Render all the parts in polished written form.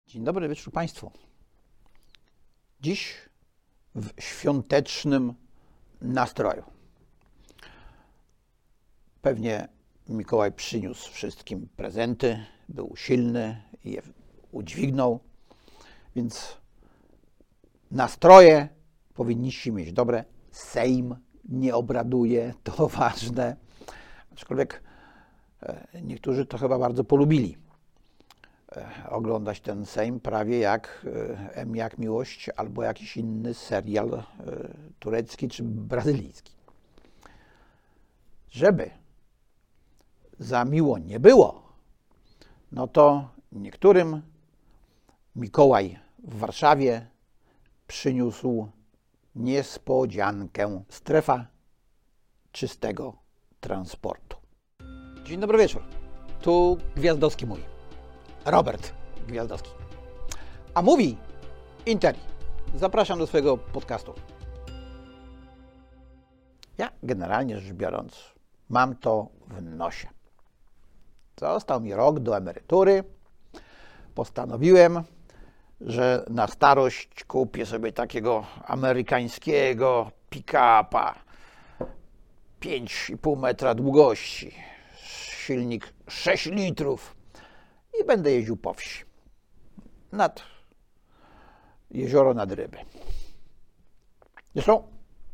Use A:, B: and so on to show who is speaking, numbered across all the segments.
A: Dzień dobry wieczór Państwu. Dziś w świątecznym nastroju. Pewnie Mikołaj przyniósł wszystkim prezenty, był silny i je udźwignął, więc nastroje powinniście mieć dobre. Sejm nie obraduje, to ważne. Aczkolwiek niektórzy to chyba bardzo polubili. Oglądać ten Sejm prawie jak M jak Miłość albo jakiś inny serial turecki czy brazylijski. Żeby za miło nie było, no to niektórym Mikołaj w Warszawie przyniósł niespodziankę. Strefa czystego transportu. Dzień dobry wieczór. Tu Gwiazdowski mówi. Robert Gwiazdowski. A mówi Interi. Zapraszam do swojego podcastu. Ja generalnie rzecz biorąc mam to w nosie. Został mi rok do emerytury. Postanowiłem, że na starość kupię sobie takiego amerykańskiego pick-upa 5,5 metra długości, silnik 6 litrów i będę jeździł po wsi, nad jezioro, nad ryby. Zresztą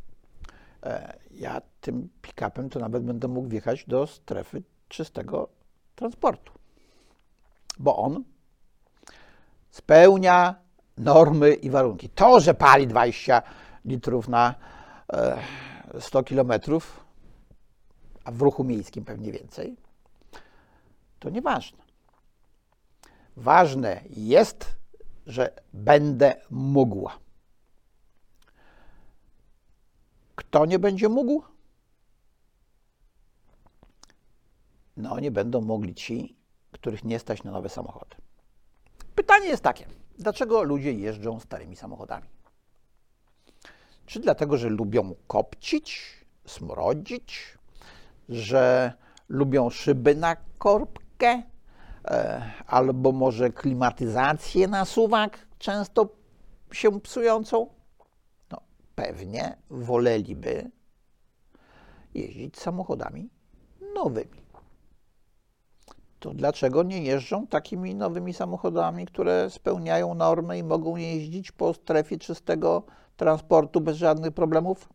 A: ja tym pick-upem to nawet będę mógł wjechać do strefy czystego transportu, bo on spełnia normy i warunki. To, że pali 20 litrów na 100 kilometrów, a w ruchu miejskim pewnie więcej, to nieważne. Ważne jest, że będę mógł. Kto nie będzie mógł? No, nie będą mogli ci, których nie stać na nowe samochody. Pytanie jest takie, dlaczego ludzie jeżdżą starymi samochodami? Czy dlatego, że lubią kopcić, smrodzić, że lubią szyby na korbkę, albo może klimatyzację na suwak, często się psującą? No, pewnie woleliby jeździć samochodami nowymi. To dlaczego nie jeżdżą takimi nowymi samochodami, które spełniają normy i mogą jeździć po strefie czystego transportu bez żadnych problemów?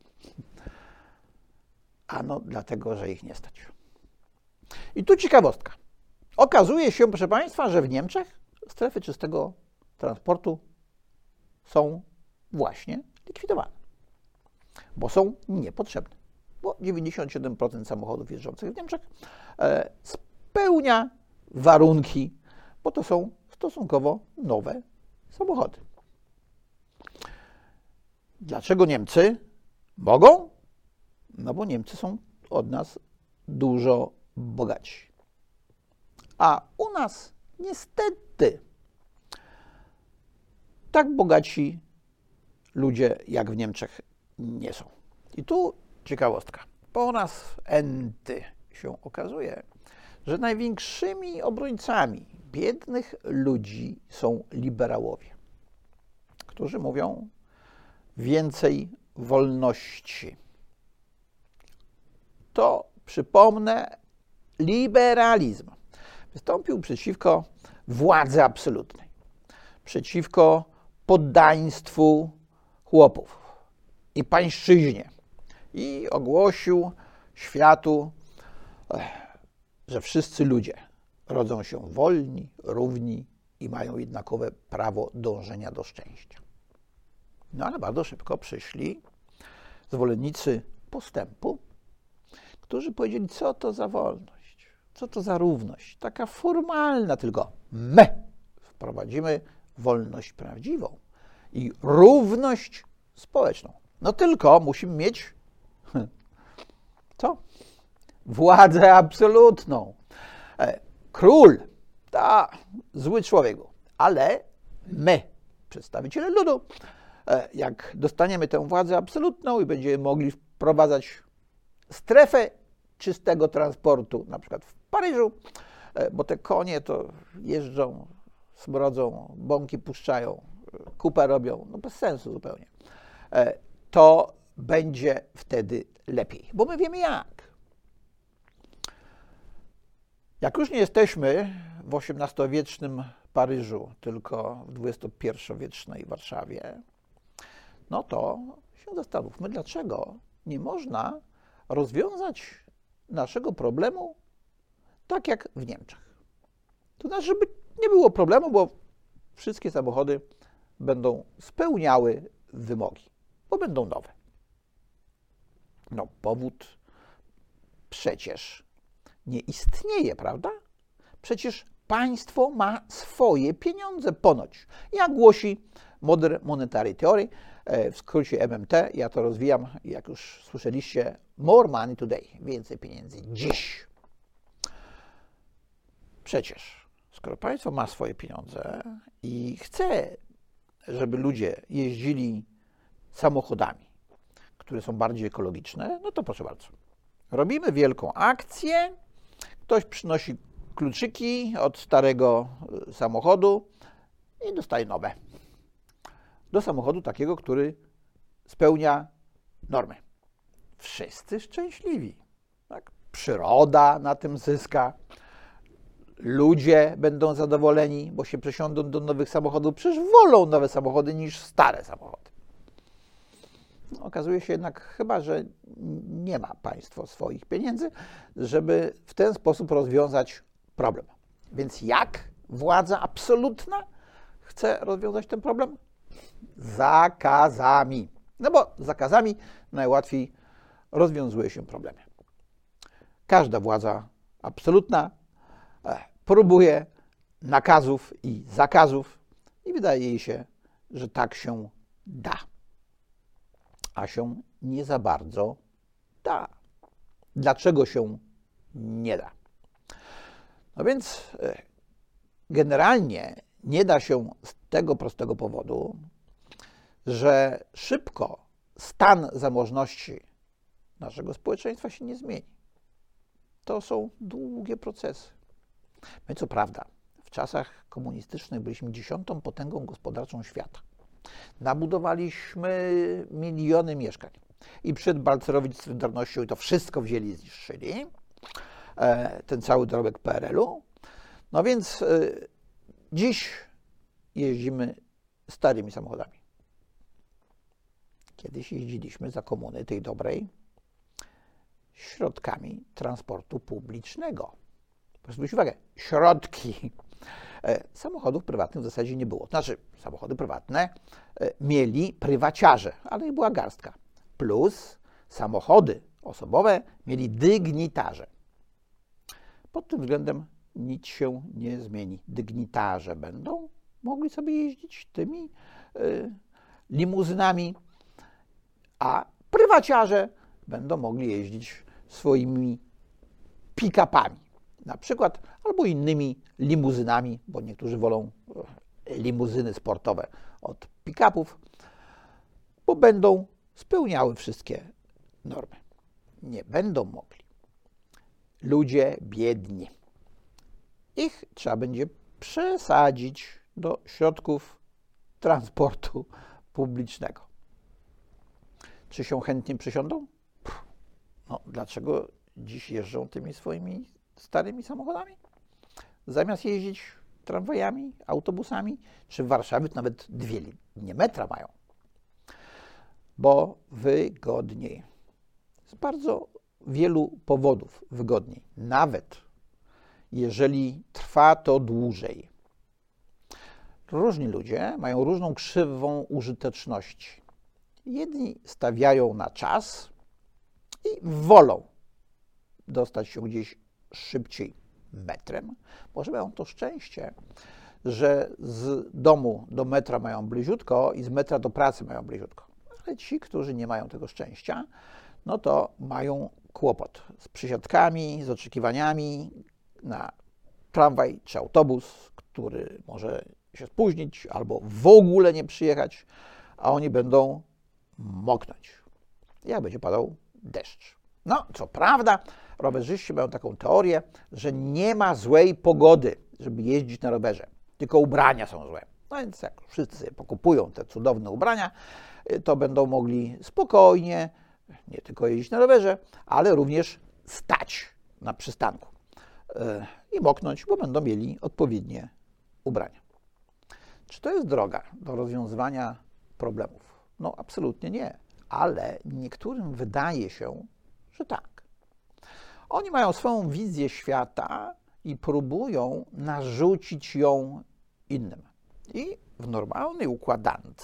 A: Ano dlatego, że ich nie stać. I tu ciekawostka. Okazuje się, proszę Państwa, że w Niemczech strefy czystego transportu są właśnie likwidowane, bo są niepotrzebne. Bo 97% samochodów jeżdżących w Niemczech spełnia warunki, bo to są stosunkowo nowe samochody. Dlaczego Niemcy mogą? No bo Niemcy są od nas dużo bogatsi. A u nas niestety tak bogaci ludzie jak w Niemczech nie są. I tu ciekawostka. Po raz enty się okazuje, że największymi obrońcami biednych ludzi są liberałowie, którzy mówią więcej wolności. To, przypomnę, liberalizm wystąpił przeciwko władzy absolutnej, przeciwko poddaństwu chłopów i pańszczyźnie i ogłosił światu, że wszyscy ludzie rodzą się wolni, równi i mają jednakowe prawo dążenia do szczęścia. No ale bardzo szybko przyszli zwolennicy postępu, którzy powiedzieli, co to za wolność, co to za równość, taka formalna, tylko my wprowadzimy wolność prawdziwą i równość społeczną. No tylko musimy mieć co? Władzę absolutną. Król, zły człowiek był, ale my, przedstawiciele ludu, jak dostaniemy tę władzę absolutną i będziemy mogli wprowadzać strefę czystego transportu, na przykład w Paryżu, bo te konie to jeżdżą smrodzą, bąki puszczają, kupę robią, no bez sensu zupełnie, to będzie wtedy lepiej, bo my wiemy jak. Jak już nie jesteśmy w XVIII-wiecznym Paryżu, tylko w XXI-wiecznej Warszawie, no to się zastanówmy, dlaczego nie można rozwiązać naszego problemu tak jak w Niemczech. To znaczy, żeby nie było problemu, bo wszystkie samochody będą spełniały wymogi, bo będą nowe. No powód przecież nie istnieje, prawda? Przecież państwo ma swoje pieniądze ponoć. Jak głosi Modern Monetary Theory, w skrócie MMT, ja to rozwijam, jak już słyszeliście, more money today, więcej pieniędzy dziś. Przecież, skoro państwo ma swoje pieniądze i chce, żeby ludzie jeździli samochodami, które są bardziej ekologiczne, no to proszę bardzo. Robimy wielką akcję, ktoś przynosi kluczyki od starego samochodu i dostaje nowe. Do samochodu takiego, który spełnia normy. Wszyscy szczęśliwi. Tak? Przyroda na tym zyska. Ludzie będą zadowoleni, bo się przesiądą do nowych samochodów. Przecież wolą nowe samochody niż stare samochody. No, okazuje się jednak chyba, że nie ma państwo swoich pieniędzy, żeby w ten sposób rozwiązać problem. Więc jak władza absolutna chce rozwiązać ten problem? Zakazami. No bo zakazami najłatwiej rozwiązuje się problemy. Każda władza absolutna próbuje nakazów i zakazów i wydaje jej się, że tak się da. A się nie za bardzo da. Dlaczego się nie da? No więc generalnie nie da się z tego prostego powodu, że szybko stan zamożności naszego społeczeństwa się nie zmieni. To są długie procesy. My co prawda w czasach komunistycznych byliśmy 10. potęgą gospodarczą świata. Nabudowaliśmy miliony mieszkań. I przed Balcerowicz z Solidarnością i to wszystko wzięli i zniszczyli. Ten cały dorobek PRL-u. No więc dziś jeździmy starymi samochodami. Kiedyś jeździliśmy za komuny tej dobrej środkami transportu publicznego. Zwróćcie uwagę, środki. Samochodów prywatnych w zasadzie nie było. Znaczy, samochody prywatne mieli prywaciarze, ale ich była garstka. Plus samochody osobowe mieli dygnitarze. Pod tym względem nic się nie zmieni. Dygnitarze będą mogli sobie jeździć tymi limuzynami, a prywaciarze będą mogli jeździć swoimi pick-upami. Na przykład, albo innymi limuzynami, bo niektórzy wolą limuzyny sportowe od pick-upów, bo będą spełniały wszystkie normy. Nie będą mogli ludzie biedni. Ich trzeba będzie przesadzić do środków transportu publicznego. Czy się chętnie przesiądą? No, dlaczego dziś jeżdżą tymi swoimi starymi samochodami? Zamiast jeździć tramwajami, autobusami, czy w Warszawie to nawet 2 linie metra mają. Bo wygodniej. Z bardzo wielu powodów wygodniej. Nawet jeżeli trwa to dłużej. Różni ludzie mają różną krzywą użyteczności. Jedni stawiają na czas i wolą dostać się gdzieś szybciej metrem. Może mają to szczęście, że z domu do metra mają bliziutko i z metra do pracy mają bliziutko. Ale ci, którzy nie mają tego szczęścia, no to mają kłopot z przysiadkami, z oczekiwaniami na tramwaj czy autobus, który może się spóźnić albo w ogóle nie przyjechać, a oni będą moknąć, jak będzie padał deszcz. No, co prawda, rowerzyści mają taką teorię, że nie ma złej pogody, żeby jeździć na rowerze. tylko ubrania są złe. No więc jak wszyscy pokupują te cudowne ubrania, to będą mogli spokojnie nie tylko jeździć na rowerze, ale również stać na przystanku i moknąć, bo będą mieli odpowiednie ubrania. Czy to jest droga do rozwiązywania problemów? No absolutnie nie, ale niektórym wydaje się, że tak. Oni mają swoją wizję świata i próbują narzucić ją innym. I w normalnej układance,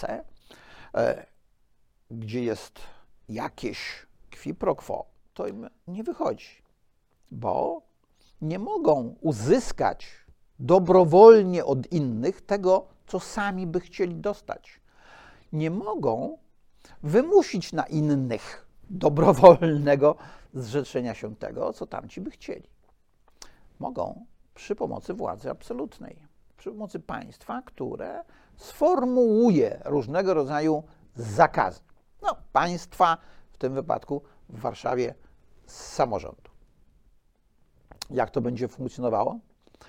A: gdzie jest jakieś qui pro quo, to im nie wychodzi, bo nie mogą uzyskać dobrowolnie od innych tego, co sami by chcieli dostać. Nie mogą wymusić na innych dobrowolnego zrzeczenia się tego, co tamci by chcieli. Mogą przy pomocy władzy absolutnej, przy pomocy państwa, które sformułuje różnego rodzaju zakazy. No, państwa, w tym wypadku w Warszawie z samorządu. Jak to będzie funkcjonowało?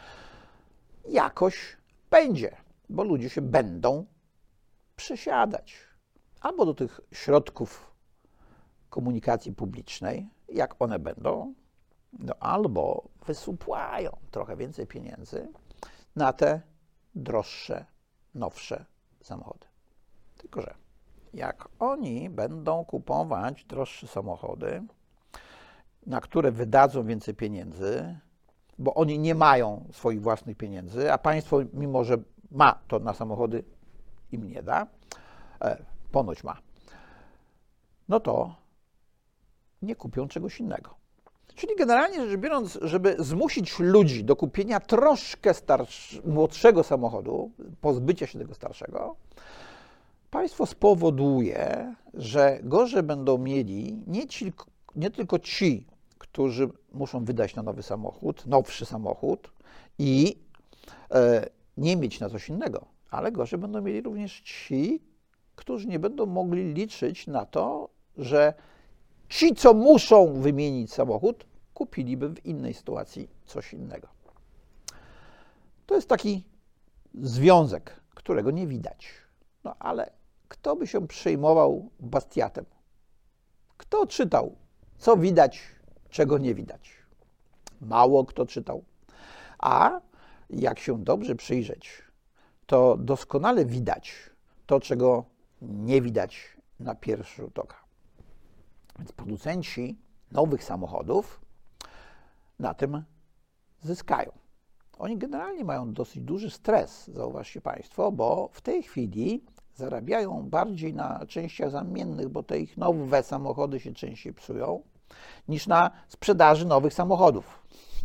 A: Jakoś będzie, bo ludzie się będą przesiadać albo do tych środków komunikacji publicznej, jak one będą, no albo wysupłają trochę więcej pieniędzy na te droższe, nowsze samochody. Tylko że jak oni będą kupować droższe samochody, na które wydadzą więcej pieniędzy, bo oni nie mają swoich własnych pieniędzy, a państwo, mimo że ma to na samochody, im nie da, ponoć ma, no to nie kupią czegoś innego. Czyli generalnie rzecz biorąc, żeby zmusić ludzi do kupienia troszkę młodszego samochodu, pozbycia się tego starszego, państwo spowoduje, że gorzej będą mieli nie tylko ci, którzy muszą wydać na nowy samochód, nowszy samochód i nie mieć na coś innego, ale gorzej będą mieli również ci, którzy nie będą mogli liczyć na to, że ci, co muszą wymienić samochód, kupiliby w innej sytuacji coś innego. To jest taki związek, którego nie widać. No ale kto by się przejmował Bastiatem? Kto czytał, co widać, czego nie widać? Mało kto czytał. A jak się dobrze przyjrzeć, to doskonale widać to, czego nie widać na pierwszy rzut oka. Więc producenci nowych samochodów na tym zyskają. Oni generalnie mają dosyć duży stres, zauważcie państwo, bo w tej chwili zarabiają bardziej na częściach zamiennych, bo te ich nowe samochody się częściej psują, niż na sprzedaży nowych samochodów.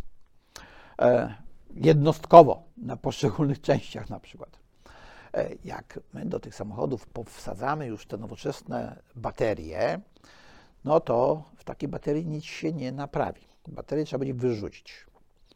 A: Jednostkowo, na poszczególnych częściach na przykład. Jak my do tych samochodów powsadzamy już te nowoczesne baterie, no to w takiej baterii nic się nie naprawi. Baterię trzeba będzie wyrzucić.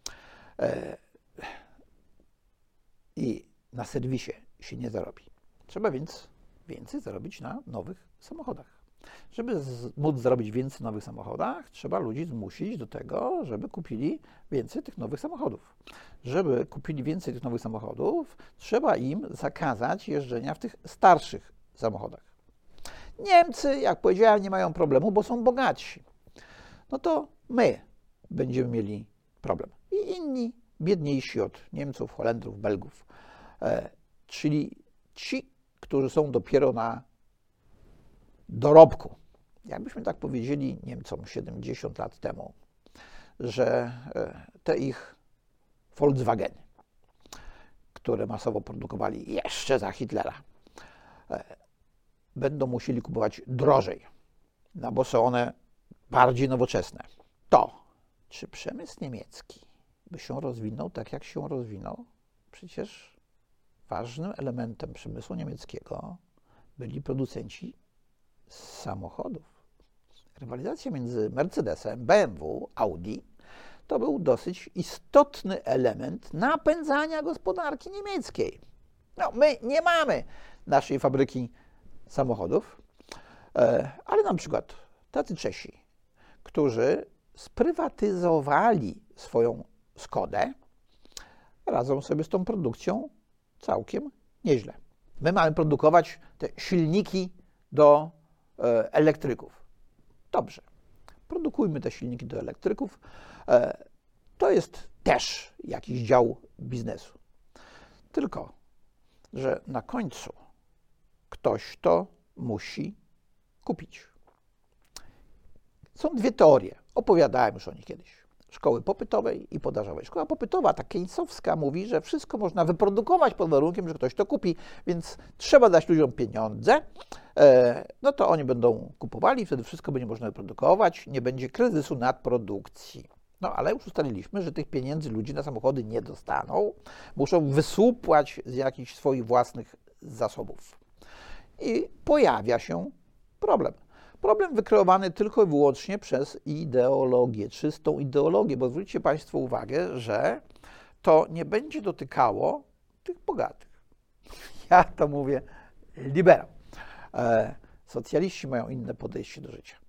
A: I na serwisie się nie zarobi. Trzeba więc więcej zarobić na nowych samochodach. Żeby móc zarobić więcej na nowych samochodach, trzeba ludzi zmusić do tego, żeby kupili więcej tych nowych samochodów. Żeby kupili więcej tych nowych samochodów, trzeba im zakazać jeżdżenia w tych starszych samochodach. Niemcy, jak powiedziałem, nie mają problemu, bo są bogatsi. No to my będziemy mieli problem. I inni, biedniejsi od Niemców, Holendrów, Belgów, czyli ci, którzy są dopiero na dorobku. Jakbyśmy tak powiedzieli Niemcom 70 lat temu, że te ich Volkswageny, które masowo produkowali jeszcze za Hitlera, będą musieli kupować drożej, no bo są one bardziej nowoczesne. To, czy przemysł niemiecki by się rozwinął tak, jak się rozwinął? Przecież ważnym elementem przemysłu niemieckiego byli producenci samochodów. Rywalizacja między Mercedesem, BMW, Audi to był dosyć istotny element napędzania gospodarki niemieckiej. No, my nie mamy naszej fabryki samochodów, ale na przykład tacy Czesi, którzy sprywatyzowali swoją Skodę, radzą sobie z tą produkcją całkiem nieźle. My mamy produkować te silniki do elektryków. Dobrze, produkujmy te silniki do elektryków. To jest też jakiś dział biznesu. Tylko, że na końcu ktoś to musi kupić. Są dwie teorie. Opowiadałem już o nich kiedyś. Szkoły popytowej i podażowej. Szkoła popytowa, ta keynesowska, mówi, że wszystko można wyprodukować pod warunkiem, że ktoś to kupi, więc trzeba dać ludziom pieniądze, no to oni będą kupowali, wtedy wszystko będzie można wyprodukować, nie będzie kryzysu nadprodukcji. No ale już ustaliliśmy, że tych pieniędzy ludzie na samochody nie dostaną, muszą wysupłać z jakichś swoich własnych zasobów. I pojawia się problem. Problem wykreowany tylko i wyłącznie przez ideologię, czystą ideologię, bo zwróćcie Państwo uwagę, że to nie będzie dotykało tych bogatych. Ja to mówię liberał. Socjaliści mają inne podejście do życia.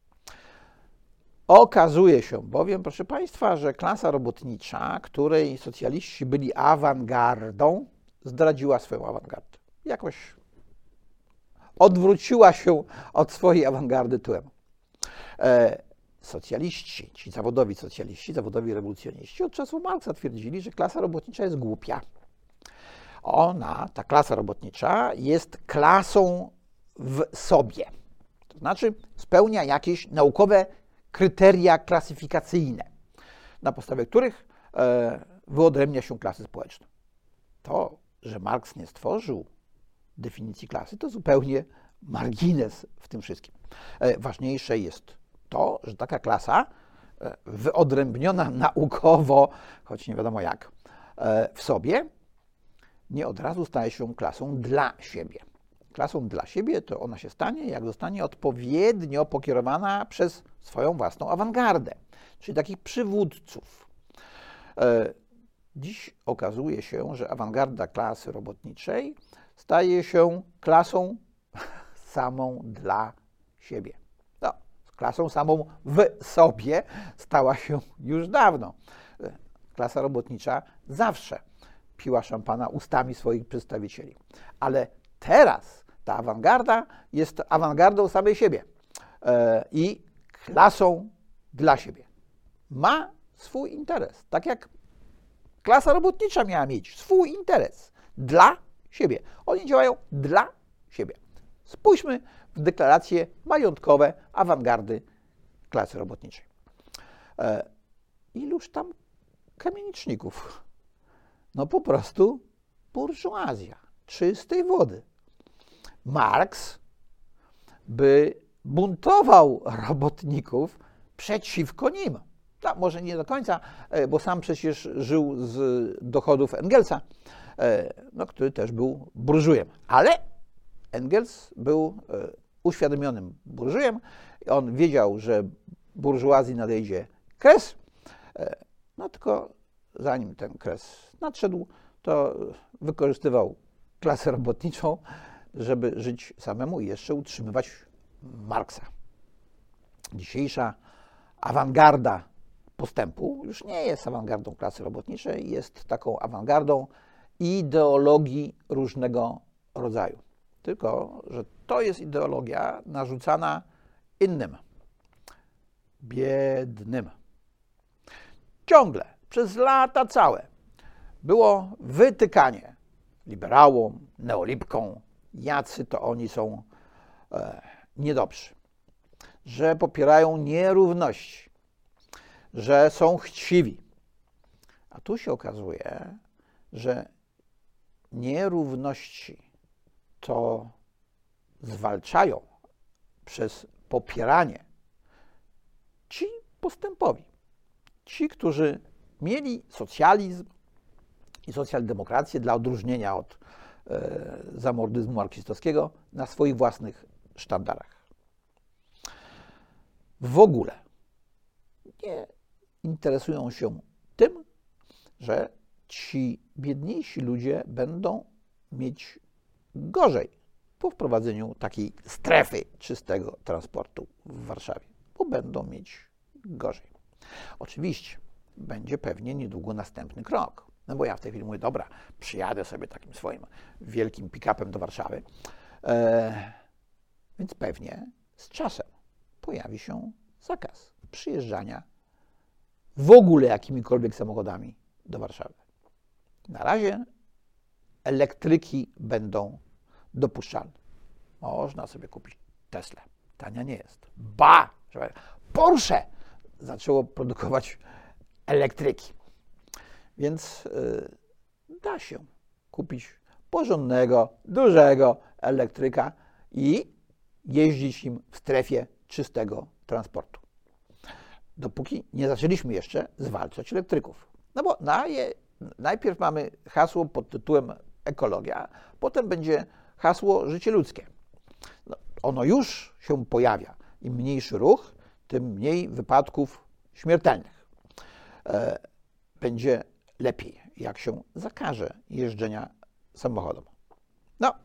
A: Okazuje się bowiem, proszę Państwa, że klasa robotnicza, której socjaliści byli awangardą, zdradziła swoją awangardę. Jakoś odwróciła się od swojej awangardy tyłem. Socjaliści, ci zawodowi socjaliści, zawodowi rewolucjoniści od czasu Marksa twierdzili, że klasa robotnicza jest głupia. Ona, ta klasa robotnicza, jest klasą w sobie. To znaczy spełnia jakieś naukowe kryteria klasyfikacyjne, na podstawie których wyodrębnia się klasy społeczne. To, że Marks nie stworzył definicji klasy, to zupełnie margines w tym wszystkim. Ważniejsze jest to, że taka klasa wyodrębniona naukowo, choć nie wiadomo jak, w sobie, nie od razu staje się klasą dla siebie. Klasą dla siebie to ona się stanie, jak zostanie odpowiednio pokierowana przez swoją własną awangardę, czyli takich przywódców. Dziś okazuje się, że awangarda klasy robotniczej staje się klasą samą dla siebie. No, klasą samą w sobie stała się już dawno. Klasa robotnicza zawsze piła szampana ustami swoich przedstawicieli. Ale teraz ta awangarda jest awangardą samej siebie i klasą dla siebie. Ma swój interes, tak jak klasa robotnicza miała mieć swój interes dla siebie. Oni działają dla siebie. Spójrzmy w deklaracje majątkowe awangardy klasy robotniczej. Iluż tam kamieniczników? No po prostu burżuazja czystej wody. Marks by buntował robotników przeciwko nim. No, może nie do końca, bo sam przecież żył z dochodów Engelsa, no, który też był burżujem. Ale Engels był uświadomionym burżujem. On wiedział, że burżuazji nadejdzie kres, no tylko zanim ten kres nadszedł, to wykorzystywał klasę robotniczą, żeby żyć samemu i jeszcze utrzymywać Marksa. Dzisiejsza awangarda postępu już nie jest awangardą klasy robotniczej, jest taką awangardą ideologii różnego rodzaju. Tylko że to jest ideologia narzucana innym, biednym. Ciągle, przez lata całe było wytykanie liberałom, neolibkom, jacy to oni są niedobrzy, że popierają nierówności, że są chciwi. A tu się okazuje, że nierówności to zwalczają przez popieranie ci postępowi. Ci, którzy mieli socjalizm i socjaldemokrację dla odróżnienia od zamordyzmu marksistowskiego na swoich własnych sztandarach. W ogóle nie interesują się tym, że ci biedniejsi ludzie będą mieć gorzej po wprowadzeniu takiej strefy czystego transportu w Warszawie, bo będą mieć gorzej. Oczywiście będzie pewnie niedługo następny krok. No bo ja w tej chwili mówię, dobra, przyjadę sobie takim swoim wielkim pick-upem do Warszawy. Więc pewnie z czasem pojawi się zakaz przyjeżdżania w ogóle jakimikolwiek samochodami do Warszawy. Na razie elektryki będą dopuszczalne. Można sobie kupić Teslę. Tania nie jest. Ba! Porsche zaczęło produkować elektryki. Więc da się kupić porządnego, dużego elektryka i jeździć nim w strefie czystego transportu. Dopóki nie zaczęliśmy jeszcze zwalczać elektryków. No bo najpierw mamy hasło pod tytułem ekologia, potem będzie hasło życie ludzkie. No, ono już się pojawia. Im mniejszy ruch, tym mniej wypadków śmiertelnych. Będzie lepiej, jak się zakaże jeżdżenia samochodem. No,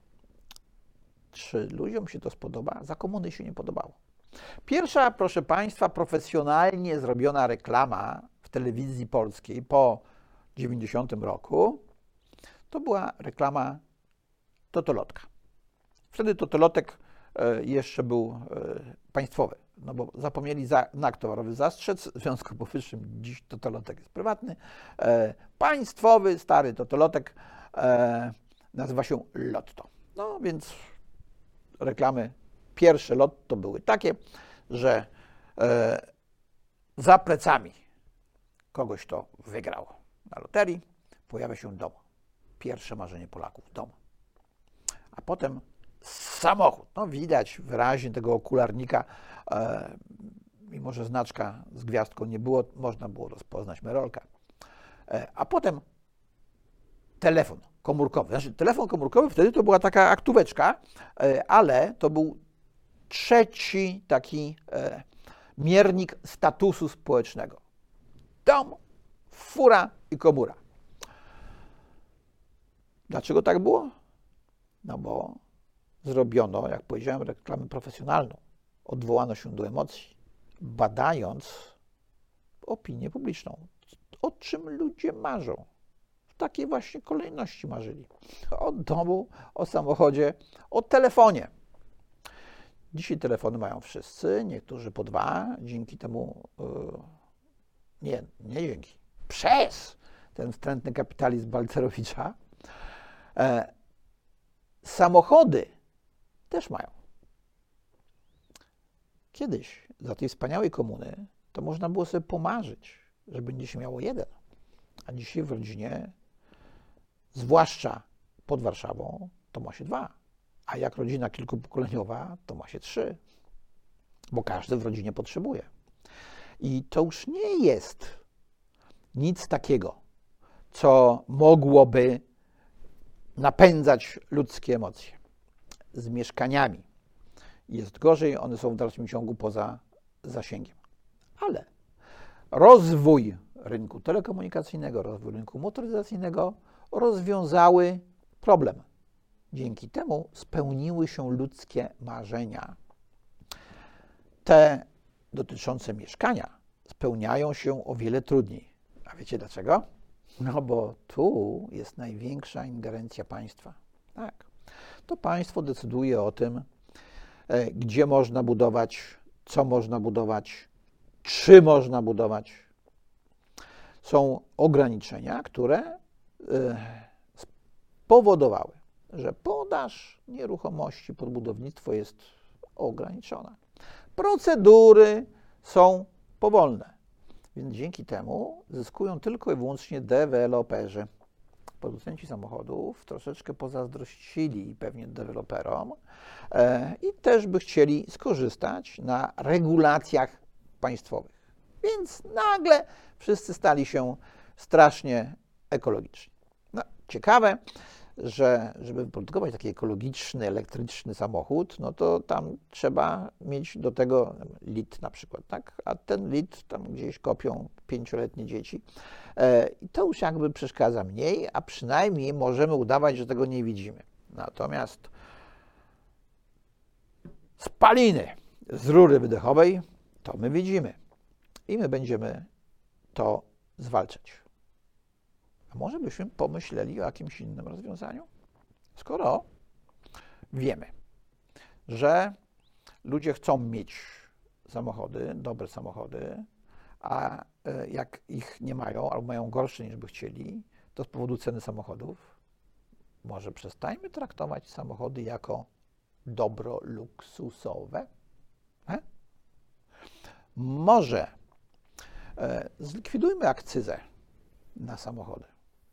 A: czy ludziom się to spodoba? Za komuny się nie podobało. Pierwsza, proszę Państwa, profesjonalnie zrobiona reklama w telewizji polskiej po 90 roku to była reklama Totolotka. Wtedy Totolotek jeszcze był państwowy, no bo zapomnieli znak towarowy zastrzec, w związku z powyższym dziś Totolotek jest prywatny. Państwowy, stary Totolotek nazywa się Lotto. No więc reklamy, pierwsze Lotto były takie, że za plecami kogoś, kto wygrał na loterii, pojawia się dom. Pierwsze marzenie Polaków, dom. A potem samochód. No widać wyraźnie tego okularnika, mimo że znaczka z gwiazdką nie było, można było rozpoznać Merolka. A potem telefon komórkowy. Znaczy, telefon komórkowy wtedy to była taka aktóweczka, ale to był trzeci taki miernik statusu społecznego. Dom, fura i komóra. Dlaczego tak było? No bo zrobiono, jak powiedziałem, reklamę profesjonalną. Odwołano się do emocji, badając opinię publiczną. O czym ludzie marzą? W takiej właśnie kolejności marzyli. O domu, o samochodzie, o telefonie. Dzisiaj telefony mają wszyscy, niektórzy po 2. Dzięki temu, nie dzięki, przez ten wstrętny kapitalizm Balcerowicza, samochody też mają. Kiedyś, za tej wspaniałej komuny, to można było sobie pomarzyć, że będzie się miało jeden. A dzisiaj w rodzinie, zwłaszcza pod Warszawą, to ma się 2. A jak rodzina kilkupokoleniowa, to ma się 3. Bo każdy w rodzinie potrzebuje. I to już nie jest nic takiego, co mogłoby napędzać ludzkie emocje. Z mieszkaniami jest gorzej, one są w dalszym ciągu poza zasięgiem. Ale rozwój rynku telekomunikacyjnego, rozwój rynku motoryzacyjnego rozwiązały problem. Dzięki temu spełniły się ludzkie marzenia. Te dotyczące mieszkania spełniają się o wiele trudniej. A wiecie dlaczego? No bo tu jest największa ingerencja państwa. Tak. To państwo decyduje o tym, gdzie można budować, co można budować, czy można budować. Są ograniczenia, które spowodowały, że podaż nieruchomości pod budownictwo jest ograniczona. Procedury są powolne, więc dzięki temu zyskują tylko i wyłącznie deweloperzy. Producenci samochodów troszeczkę pozazdrościli pewnie deweloperom i też by chcieli skorzystać na regulacjach państwowych. Więc nagle wszyscy stali się strasznie ekologiczni. No, ciekawe, że żeby wyprodukować taki ekologiczny, elektryczny samochód, no to tam trzeba mieć do tego lit na przykład, tak? A ten lit tam gdzieś kopią 5-letnie dzieci. I to już jakby przeszkadza mniej, a przynajmniej możemy udawać, że tego nie widzimy. Natomiast spaliny z rury wydechowej to my widzimy i my będziemy to zwalczać. A może byśmy pomyśleli o jakimś innym rozwiązaniu? Skoro wiemy, że ludzie chcą mieć samochody, dobre samochody, a jak ich nie mają albo mają gorsze niż by chcieli, to z powodu ceny samochodów, może przestańmy traktować samochody jako dobro luksusowe? Może zlikwidujmy akcyzę na samochody.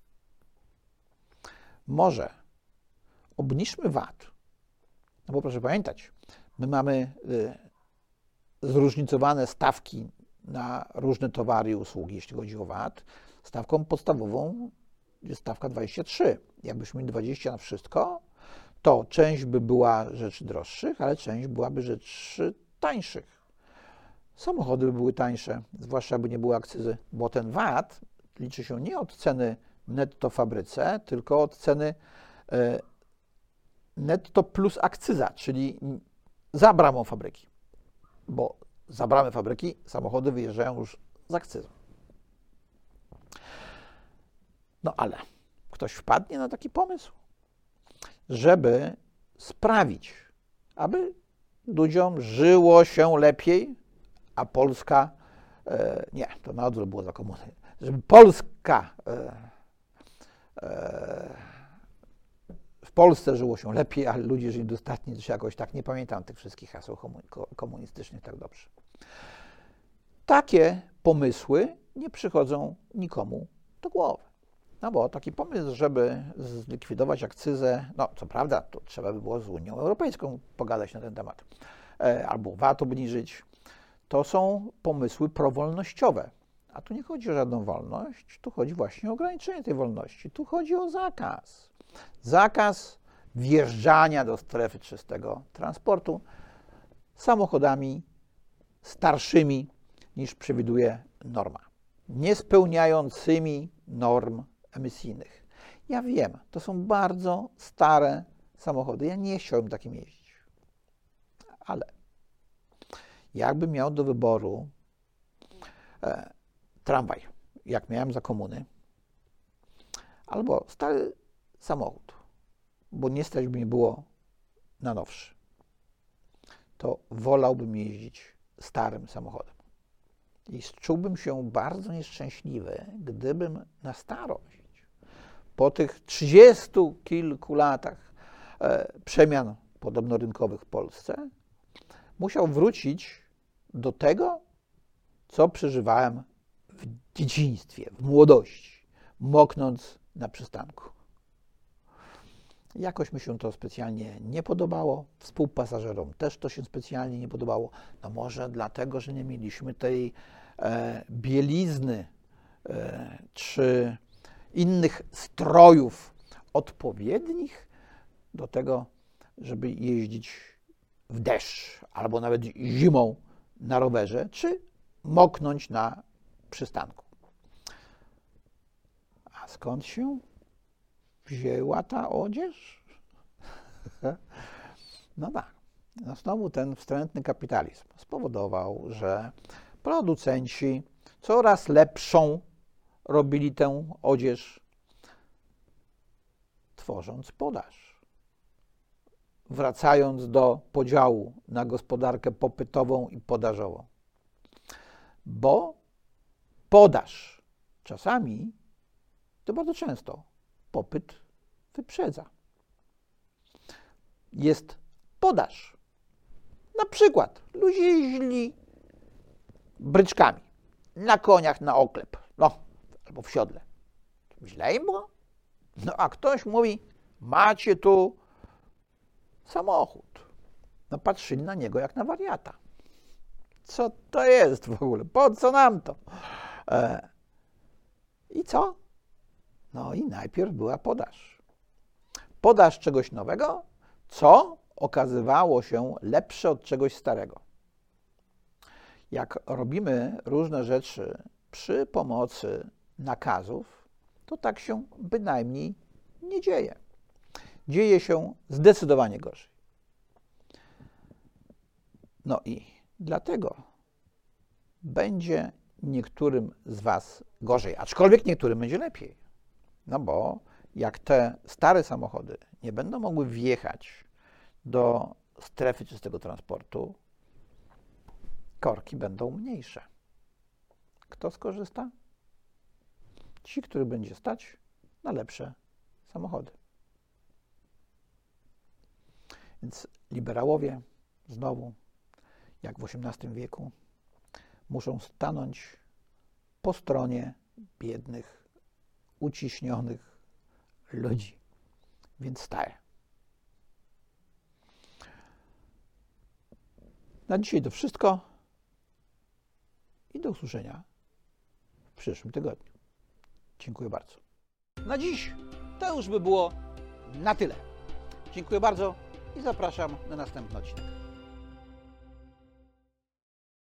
A: Może obniżmy VAT. No bo proszę pamiętać, my mamy zróżnicowane stawki na różne towary i usługi, jeśli chodzi o VAT. Stawką podstawową jest stawka 23. Jakbyśmy mieli 20 na wszystko, to część by była rzeczy droższych, ale część byłaby rzeczy tańszych. Samochody by były tańsze, zwłaszcza by nie było akcyzy, bo ten VAT liczy się nie od ceny netto w fabryce, tylko od ceny netto plus akcyza, czyli za bramą fabryki. Bo za bramy fabryki samochody wyjeżdżają już z akcyzą. No ale ktoś wpadnie na taki pomysł, żeby sprawić, aby ludziom żyło się lepiej, a Polska, nie, to na odwrót było za komuny, żeby Polska, w Polsce żyło się lepiej, ale ludzie żyli dostatnio, czy jakoś tak, nie pamiętam tych wszystkich haseł komunistycznych tak dobrze. Takie pomysły nie przychodzą nikomu do głowy. No bo taki pomysł, żeby zlikwidować akcyzę, no co prawda, to trzeba by było z Unią Europejską pogadać na ten temat, albo VAT obniżyć. To są pomysły prowolnościowe. A tu nie chodzi o żadną wolność, tu chodzi właśnie o ograniczenie tej wolności. Tu chodzi o zakaz. Zakaz wjeżdżania do strefy czystego transportu samochodami starszymi niż przewiduje norma, niespełniającymi norm emisyjnych. Ja wiem, to są bardzo stare samochody. Ja nie chciałbym takim jeździć. Ale jakbym miał do wyboru tramwaj, jak miałem za komuny, albo stary samochód, bo nie stać by mnie było na nowszy, to wolałbym jeździć starym samochodem. I czułbym się bardzo nieszczęśliwy, gdybym na starość, po tych 30 kilku latach przemian podobno rynkowych w Polsce, musiał wrócić do tego, co przeżywałem w dzieciństwie, w młodości, moknąc na przystanku. Jakoś mi się to specjalnie nie podobało, współpasażerom też to się specjalnie nie podobało. No może dlatego, że nie mieliśmy tej bielizny czy innych strojów odpowiednich do tego, żeby jeździć w deszcz albo nawet zimą na rowerze, czy moknąć na przystanku. A skąd się wzięła ta odzież? No tak. No znowu ten wstrętny kapitalizm spowodował, że producenci coraz lepszą robili tę odzież, tworząc podaż. Wracając do podziału na gospodarkę popytową i podażową. Bo podaż czasami, to bardzo często, popyt wyprzedza. Jest podaż. Na przykład ludzie jeździli bryczkami, na koniach na oklep, no, albo w siodle. Źle im było? No a ktoś mówi, macie tu samochód. No patrzyli na niego jak na wariata. Co to jest w ogóle? Po co nam to? I co? No i najpierw była podaż. Podaż czegoś nowego, co okazywało się lepsze od czegoś starego. Jak robimy różne rzeczy przy pomocy nakazów, to tak się bynajmniej nie dzieje. Dzieje się zdecydowanie gorzej. No i dlatego będzie niektórym z Was gorzej, aczkolwiek niektórym będzie lepiej. No bo jak te stare samochody nie będą mogły wjechać do strefy czystego transportu, korki będą mniejsze. Kto skorzysta? Ci, których będzie stać na lepsze samochody. Więc liberałowie znowu, jak w XVIII wieku, muszą stanąć po stronie biednych, uciśnionych ludzi. Więc staję. Na dzisiaj to wszystko i do usłyszenia w przyszłym tygodniu. Dziękuję bardzo. Na dziś to już by było na tyle. Dziękuję bardzo i zapraszam na następny odcinek.